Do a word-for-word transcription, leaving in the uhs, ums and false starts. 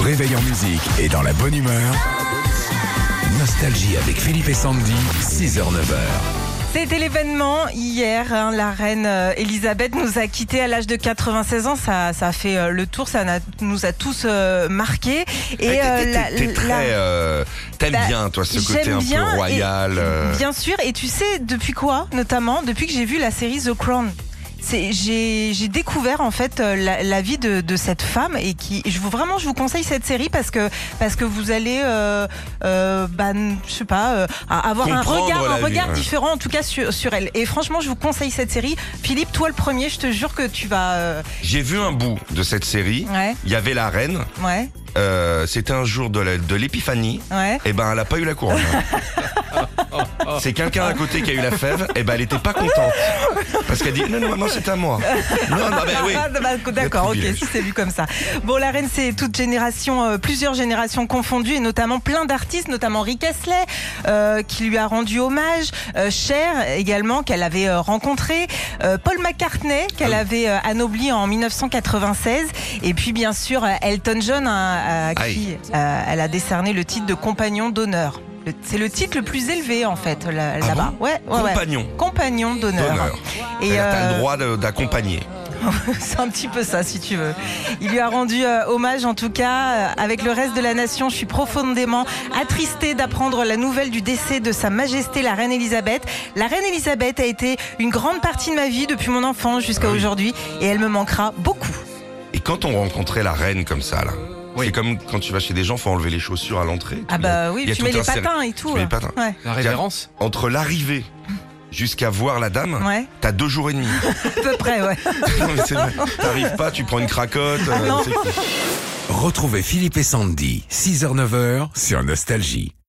réveil en musique et dans la bonne humeur. Nostalgie avec Philippe et Sandy, six heures neuf heures. C'était l'événement hier, hein, la reine euh, Elisabeth nous a quittés à l'âge de quatre-vingt-seize ans, ça, ça a fait euh, le tour, ça a, nous a tous euh, marqués. Et Et euh, t'es, la- t'es, t'es très, la- euh, t'aimes bah, bien toi ce côté j'aime un bien peu royal. et- euh. Bien sûr, et tu sais depuis quoi notamment? Depuis que j'ai vu la série The Crown. C'est, j'ai, j'ai découvert en fait euh, la, la vie de, de cette femme et qui, je vous vraiment, je vous conseille cette série parce que parce que vous allez, euh, euh, bah, je sais pas, euh, avoir un Comprendre regard, la un vie, regard ouais. différent en tout cas sur sur elle. Et franchement, je vous conseille cette série. Philippe, toi le premier, je te jure que tu vas. Euh... J'ai vu un bout de cette série. Ouais, Il y avait la reine. ouais, euh, c'était un jour de, la- de l'épiphanie. ouais. Et ben elle a pas eu la couronne. C'est quelqu'un à côté qui a eu la fève. Et ben elle était pas contente parce qu'elle dit non non maman c'est à moi. Non non ben oui. Ah, bah, d'accord, ok, privilège. si c'est vu comme ça. Bon, la reine, c'est toute génération, euh, plusieurs générations confondues, et notamment plein d'artistes, notamment Rick Astley, euh, qui lui a rendu hommage, euh, Cher également, qu'elle avait euh, rencontré, euh, Paul McCartney, qu'elle Ah. avait euh, anobli en mille neuf cent quatre-vingt-seize, et puis bien sûr euh, Elton John, hein, à qui Aïe. euh, elle a décerné le titre de compagnon d'honneur. Le- C'est le titre le plus élevé en fait là- Ah là-bas. bon ouais, ouais, ouais. Compagnon Compagnon d'honneur. d'honneur. Et C'est-à-dire que t'as euh, le droit de- d'accompagner. c'est un petit peu ça, si tu veux. Il lui a rendu euh, hommage, en tout cas. Euh, avec le reste de la nation, je suis profondément attristée d'apprendre la nouvelle du décès de Sa Majesté la Reine Elisabeth. La Reine Elisabeth a été une grande partie de ma vie depuis mon enfance jusqu'à Ah oui. aujourd'hui, et elle me manquera beaucoup. Et quand on rencontrait la reine comme ça là. C'est comme quand tu vas chez des gens, faut enlever les chaussures à l'entrée. Ah bah oui, Il y a tu tout mets les un cér- patins et tout. tu mets les là. patins. Ouais, La révérence. Entre l'arrivée jusqu'à voir la dame, ouais, t'as deux jours et demi. à peu près, ouais. Non, mais c'est vrai. T'arrives pas, tu prends une cracotte. euh, non. c'est cool. Retrouvez Philippe et Sandy, six heures neuf heures sur Nostalgie.